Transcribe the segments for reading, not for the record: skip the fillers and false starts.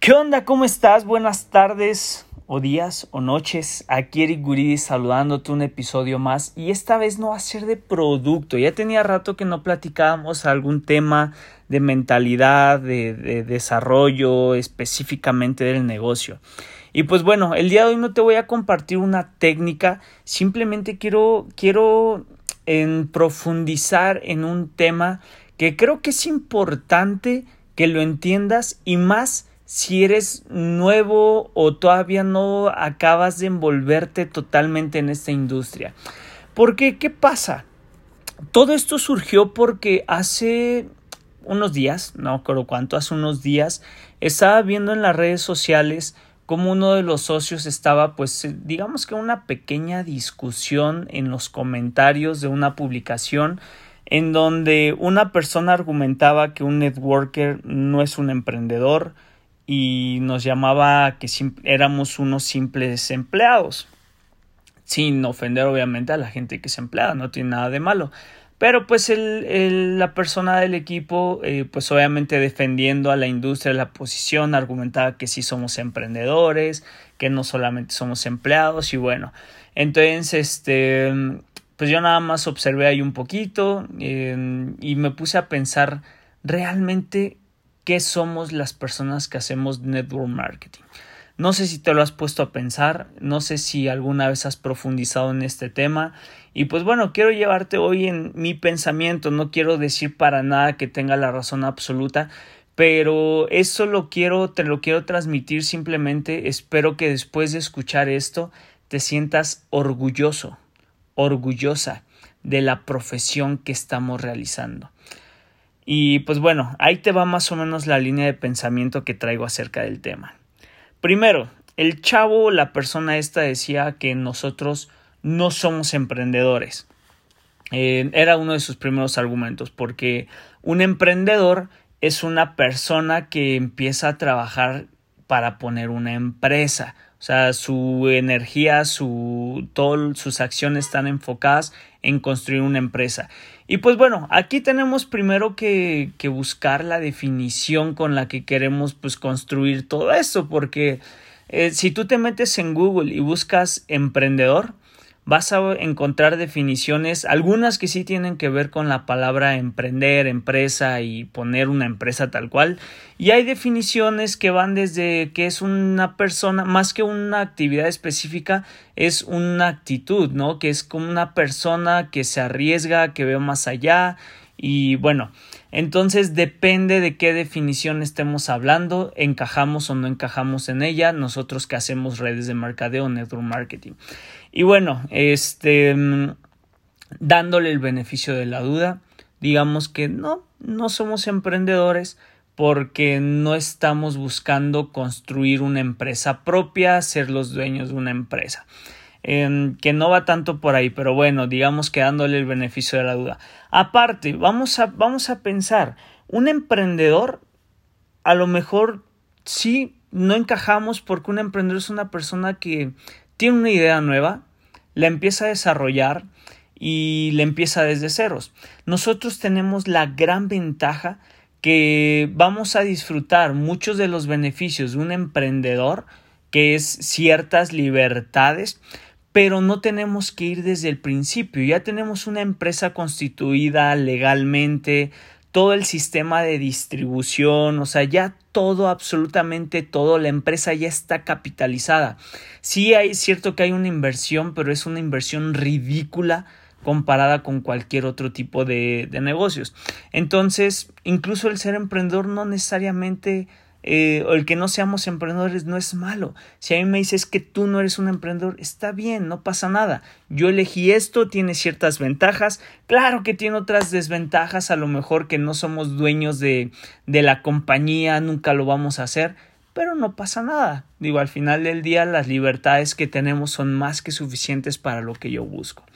¿Qué onda? ¿Cómo estás? Buenas tardes o días o noches. Aquí Eric Guridi saludándote un episodio más y esta vez no va a ser de producto. Ya tenía rato que no platicábamos algún tema de mentalidad, de desarrollo específicamente del negocio. Y pues bueno, el día de hoy no te voy a compartir una técnica, simplemente quiero profundizar en un tema que creo que es importante que lo entiendas y más si eres nuevo o todavía no acabas de envolverte totalmente en esta industria. Porque, ¿qué pasa? Todo esto surgió porque hace unos días, no recuerdo cuánto, hace unos días, estaba viendo en las redes sociales cómo uno de los socios estaba, digamos que una pequeña discusión en los comentarios de una publicación en donde una persona argumentaba que un networker no es un emprendedor y nos llamaba que éramos unos simples empleados, sin ofender obviamente a la gente que es empleada, no tiene nada de malo. Pero pues la persona del equipo, pues obviamente defendiendo a la industria de la posición, argumentaba que sí somos emprendedores, que no solamente somos empleados y bueno. Entonces, pues yo nada más observé ahí un poquito y me puse a pensar realmente qué somos las personas que hacemos network marketing. No sé si te lo has puesto a pensar, no sé si alguna vez has profundizado en este tema y pues bueno, quiero llevarte hoy en mi pensamiento, no quiero decir para nada que tenga la razón absoluta, pero eso te lo quiero transmitir simplemente, espero que después de escuchar esto te sientas orgullosa de la profesión que estamos realizando. Y pues bueno, ahí te va más o menos la línea de pensamiento que traigo acerca del tema. Primero, el chavo, la persona esta decía que nosotros no somos emprendedores. Era uno de sus primeros argumentos, porque un emprendedor es una persona que empieza a trabajar para poner una empresa. O sea, su energía, todas sus acciones están enfocadas en construir una empresa. Y pues bueno, aquí tenemos primero que buscar la definición con la que queremos construir todo esto, porque si tú te metes en Google y buscas emprendedor, vas a encontrar definiciones, algunas que sí tienen que ver con la palabra emprender, empresa y poner una empresa tal cual. Y hay definiciones que van desde que es una persona, más que una actividad específica, es una actitud, ¿no? Que es como una persona que se arriesga, que ve más allá. Y bueno, entonces depende de qué definición estemos hablando, encajamos o no encajamos en ella, nosotros que hacemos redes de mercadeo, network marketing. Y bueno, dándole el beneficio de la duda, digamos que no somos emprendedores porque no estamos buscando construir una empresa propia, ser los dueños de una empresa. Que no va tanto por ahí, pero bueno, digamos que dándole el beneficio de la duda. Aparte, vamos a pensar, un emprendedor a lo mejor sí no encajamos porque un emprendedor es una persona que tiene una idea nueva, la empieza a desarrollar y la empieza desde ceros. Nosotros tenemos la gran ventaja que vamos a disfrutar muchos de los beneficios de un emprendedor, que es ciertas libertades, pero no tenemos que ir desde el principio. Ya tenemos una empresa constituida legalmente, todo el sistema de distribución, o sea, ya todo, absolutamente todo, la empresa ya está capitalizada. Sí, es cierto que hay una inversión, pero es una inversión ridícula comparada con cualquier otro tipo de negocios. Entonces, incluso el ser emprendedor no necesariamente, o el que no seamos emprendedores no es malo. Si a mí me dices que tú no eres un emprendedor, está bien, no pasa nada. Yo elegí esto, tiene ciertas ventajas. Claro que tiene otras desventajas, a lo mejor que no somos dueños de la compañía, nunca lo vamos a hacer, pero no pasa nada. Digo, al final del día las libertades que tenemos son más que suficientes para lo que yo busco.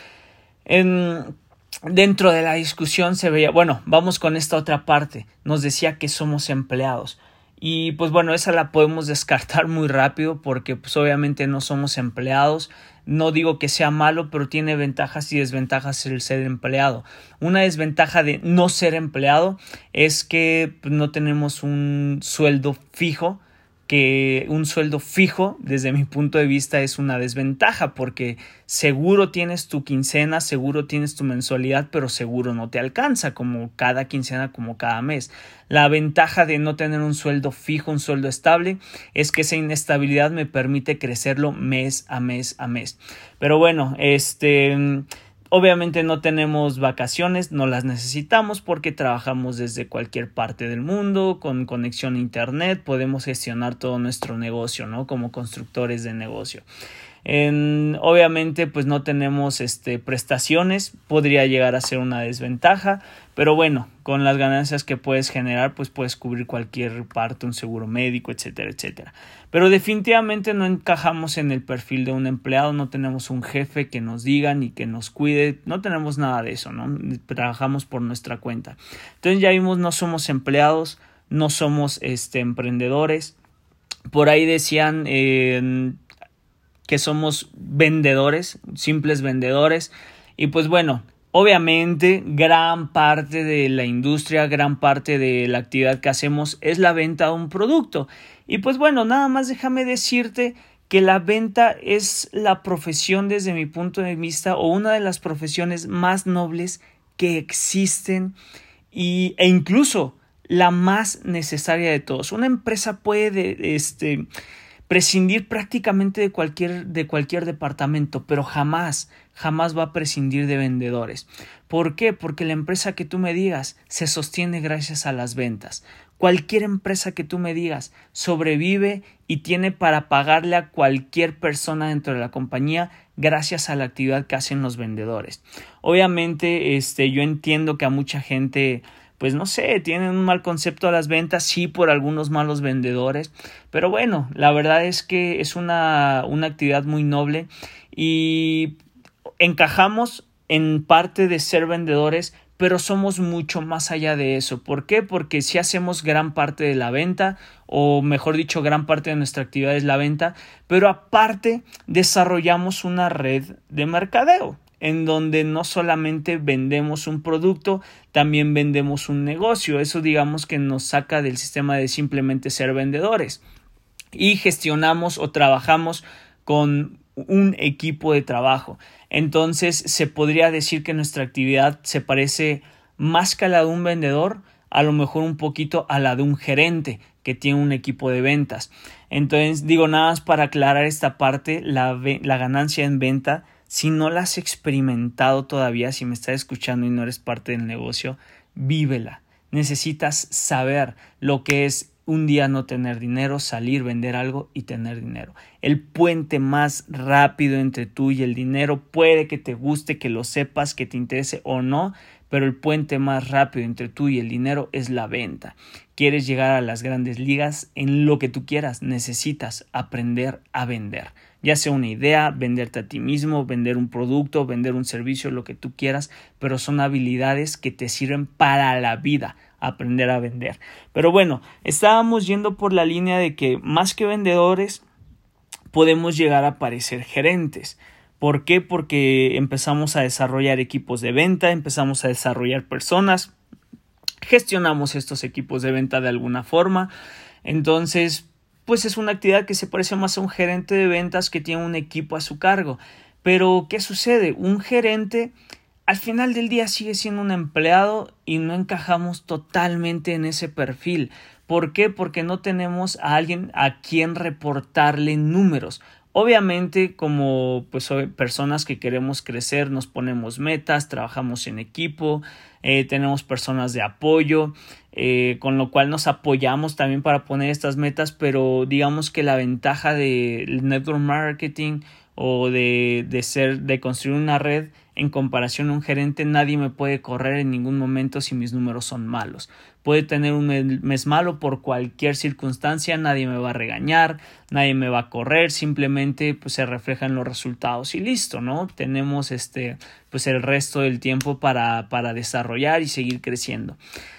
Dentro de la discusión se veía, bueno, vamos con esta otra parte, nos decía que somos empleados. Y pues bueno, esa la podemos descartar muy rápido porque pues obviamente no somos empleados. No digo que sea malo, pero tiene ventajas y desventajas el ser empleado. Una desventaja de no ser empleado es que pues, no tenemos un sueldo fijo que un sueldo fijo, desde mi punto de vista, es una desventaja, porque seguro tienes tu quincena, seguro tienes tu mensualidad, pero seguro no te alcanza como cada quincena, como cada mes. La ventaja de no tener un sueldo fijo, un sueldo estable, es que esa inestabilidad me permite crecerlo mes a mes a mes. Pero bueno, obviamente no tenemos vacaciones, no las necesitamos porque trabajamos desde cualquier parte del mundo, con conexión a internet, podemos gestionar todo nuestro negocio, ¿no? Como constructores de negocio. Obviamente pues no tenemos prestaciones, podría llegar a ser una desventaja, pero bueno, con las ganancias que puedes generar pues puedes cubrir cualquier parte, un seguro médico, etcétera, etcétera. Pero definitivamente no encajamos en el perfil de un empleado, no tenemos un jefe que nos diga ni que nos cuide, no tenemos nada de eso, ¿no? Trabajamos por nuestra cuenta. Entonces ya vimos, no somos empleados, no somos emprendedores. Por ahí decían que somos vendedores, simples vendedores. Y pues bueno, obviamente gran parte de la industria, gran parte de la actividad que hacemos es la venta de un producto. Y pues bueno, nada más déjame decirte que la venta es la profesión, desde mi punto de vista, o una de las profesiones más nobles que existen e incluso la más necesaria de todos. Una empresa puede prescindir prácticamente de cualquier departamento, pero jamás va a prescindir de vendedores. ¿Por qué? Porque la empresa que tú me digas se sostiene gracias a las ventas. Cualquier empresa que tú me digas sobrevive y tiene para pagarle a cualquier persona dentro de la compañía gracias a la actividad que hacen los vendedores. Obviamente, yo entiendo que a mucha gente, pues no sé, tienen un mal concepto a las ventas, sí, por algunos malos vendedores, pero bueno, la verdad es que es una actividad muy noble y encajamos en parte de ser vendedores, pero somos mucho más allá de eso. ¿Por qué? Porque si hacemos gran parte de la venta, o mejor dicho, gran parte de nuestra actividad es la venta, pero aparte desarrollamos una red de mercadeo, en donde no solamente vendemos un producto, también vendemos un negocio. Eso digamos que nos saca del sistema de simplemente ser vendedores. Y gestionamos o trabajamos con un equipo de trabajo. Entonces se podría decir que nuestra actividad se parece más que a la de un vendedor, a lo mejor un poquito a la de un gerente que tiene un equipo de ventas. Entonces digo, nada más para aclarar esta parte, la ganancia en venta, si no la has experimentado todavía, si me estás escuchando y no eres parte del negocio, vívela. Necesitas saber lo que es un día no tener dinero, salir, vender algo y tener dinero. El puente más rápido entre tú y el dinero, puede que te guste, que lo sepas, que te interese o no, pero el puente más rápido entre tú y el dinero es la venta. ¿Quieres llegar a las grandes ligas? En lo que tú quieras, necesitas aprender a vender. Ya sea una idea, venderte a ti mismo, vender un producto, vender un servicio, lo que tú quieras, pero son habilidades que te sirven para la vida, aprender a vender. Pero bueno, estábamos yendo por la línea de que más que vendedores podemos llegar a parecer gerentes. ¿Por qué? Porque empezamos a desarrollar equipos de venta, empezamos a desarrollar personas, gestionamos estos equipos de venta de alguna forma. Entonces, pues es una actividad que se parece más a un gerente de ventas que tiene un equipo a su cargo. Pero, ¿qué sucede? Un gerente al final del día sigue siendo un empleado y no encajamos totalmente en ese perfil. ¿Por qué? Porque no tenemos a alguien a quien reportarle números. Obviamente, como pues personas que queremos crecer, nos ponemos metas, trabajamos en equipo, tenemos personas de apoyo, con lo cual nos apoyamos también para poner estas metas, pero digamos que la ventaja del network marketing o de construir una red en comparación a un gerente, nadie me puede correr en ningún momento si mis números son malos. Puede tener un mes malo por cualquier circunstancia, nadie me va a regañar, nadie me va a correr, simplemente pues se reflejan los resultados y listo, ¿no? Tenemos pues el resto del tiempo para desarrollar y seguir creciendo.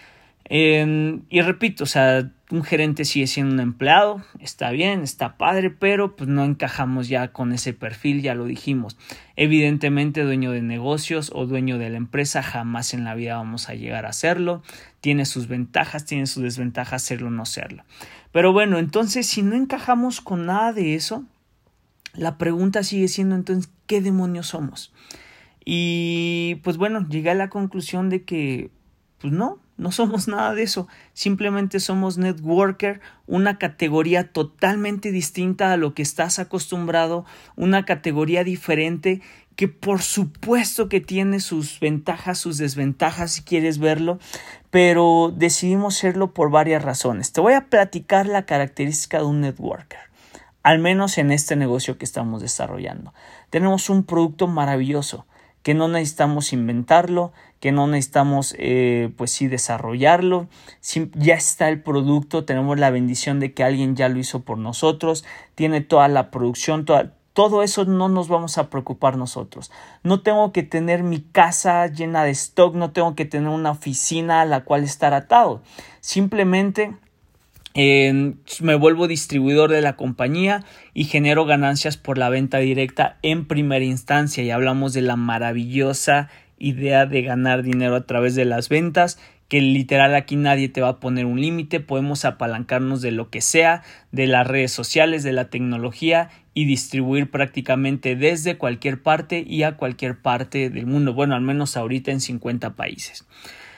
Y repito, o sea, un gerente sigue siendo un empleado, está bien, está padre, pero pues no encajamos ya con ese perfil, ya lo dijimos. Evidentemente, dueño de negocios o dueño de la empresa, jamás en la vida vamos a llegar a serlo. Tiene sus ventajas, tiene sus desventajas serlo o no serlo. Pero bueno, entonces si no encajamos con nada de eso, la pregunta sigue siendo entonces, ¿qué demonios somos? Y pues bueno, llegué a la conclusión de que pues no somos nada de eso. Simplemente somos networker, una categoría totalmente distinta a lo que estás acostumbrado, una categoría diferente que por supuesto que tiene sus ventajas, sus desventajas si quieres verlo, pero decidimos serlo por varias razones. Te voy a platicar la característica de un networker, al menos en este negocio que estamos desarrollando. Tenemos un producto maravilloso, que no necesitamos inventarlo, que no necesitamos desarrollarlo. Ya está el producto, tenemos la bendición de que alguien ya lo hizo por nosotros, tiene toda la producción, todo eso no nos vamos a preocupar nosotros. No tengo que tener mi casa llena de stock, no tengo que tener una oficina a la cual estar atado. Simplemente me vuelvo distribuidor de la compañía y genero ganancias por la venta directa en primera instancia, y hablamos de la maravillosa idea de ganar dinero a través de las ventas, que literal aquí nadie te va a poner un límite. Podemos apalancarnos de lo que sea, de las redes sociales, de la tecnología, y distribuir prácticamente desde cualquier parte y a cualquier parte del mundo. Bueno, al menos ahorita en 50 países.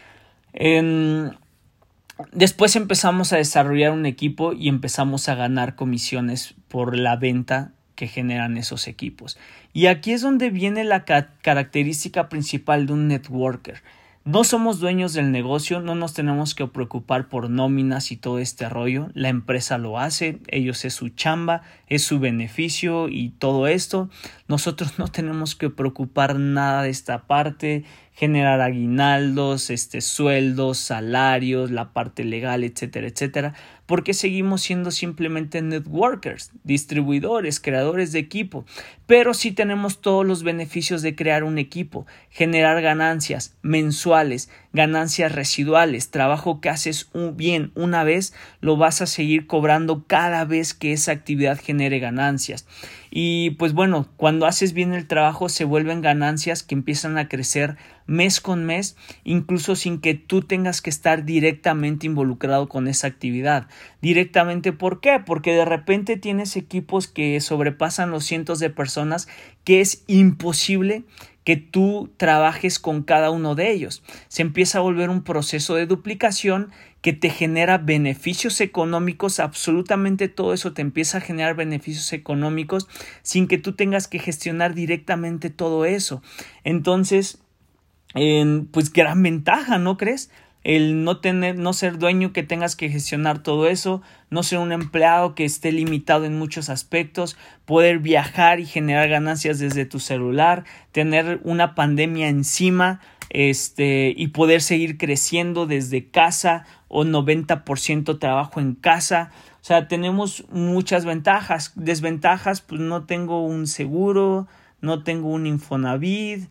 Después empezamos a desarrollar un equipo y empezamos a ganar comisiones por la venta que generan esos equipos. Y aquí es donde viene la característica principal de un networker. No somos dueños del negocio, no nos tenemos que preocupar por nóminas y todo este rollo. La empresa lo hace, ellos es su chamba, es su beneficio y todo esto. Nosotros no tenemos que preocupar nada de esta parte, generar aguinaldos, sueldos, salarios, la parte legal, etcétera, etcétera, porque seguimos siendo simplemente networkers, distribuidores, creadores de equipo, pero sí tenemos todos los beneficios de crear un equipo, generar ganancias mensuales, ganancias residuales, trabajo que haces bien una vez, lo vas a seguir cobrando cada vez que esa actividad genere ganancias. Y pues bueno, cuando haces bien el trabajo se vuelven ganancias que empiezan a crecer mes con mes, incluso sin que tú tengas que estar directamente involucrado con esa actividad. Directamente, ¿por qué? Porque de repente tienes equipos que sobrepasan los cientos de personas, que es imposible que tú trabajes con cada uno de ellos. Se empieza a volver un proceso de duplicación que te genera beneficios económicos. Absolutamente todo eso te empieza a generar beneficios económicos sin que tú tengas que gestionar directamente todo eso. Entonces, pues gran ventaja, ¿no crees? El no ser dueño, que tengas que gestionar todo eso, no ser un empleado que esté limitado en muchos aspectos, poder viajar y generar ganancias desde tu celular, tener una pandemia encima, y poder seguir creciendo desde casa o 90% trabajo en casa. O sea, tenemos muchas ventajas. Desventajas, pues no tengo un seguro, no tengo un Infonavit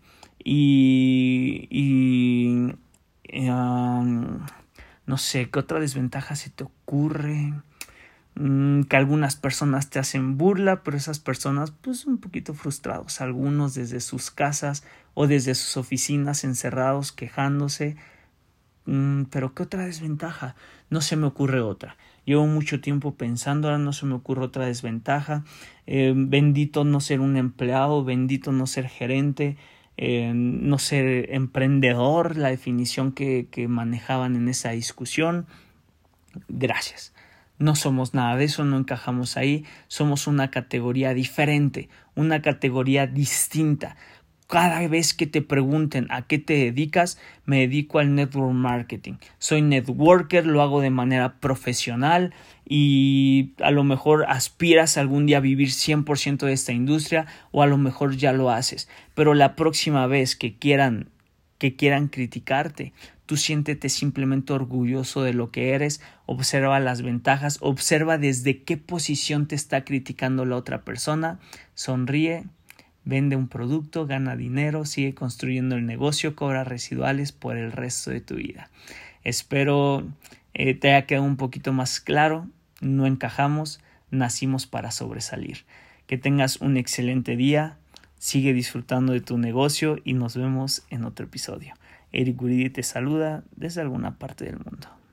no sé, ¿qué otra desventaja se te ocurre? Que algunas personas te hacen burla, pero esas personas pues un poquito frustrados, algunos desde sus casas o desde sus oficinas encerrados quejándose. Pero ¿qué otra desventaja? No se me ocurre otra. Llevo mucho tiempo pensando, ahora no se me ocurre otra desventaja. Bendito no ser un empleado, bendito no ser gerente, no ser emprendedor, la definición que manejaban en esa discusión. Gracias. No somos nada de eso, no encajamos ahí, somos una categoría diferente, una categoría distinta. Cada vez que te pregunten a qué te dedicas, me dedico al network marketing. Soy networker, lo hago de manera profesional y a lo mejor aspiras algún día a vivir 100% de esta industria, o a lo mejor ya lo haces. Pero la próxima vez que quieran criticarte, tú siéntete simplemente orgulloso de lo que eres, observa las ventajas, observa desde qué posición te está criticando la otra persona, sonríe. Vende un producto, gana dinero, sigue construyendo el negocio, cobra residuales por el resto de tu vida. Espero te haya quedado un poquito más claro. No encajamos, nacimos para sobresalir. Que tengas un excelente día, sigue disfrutando de tu negocio y nos vemos en otro episodio. Eric Guridi te saluda desde alguna parte del mundo.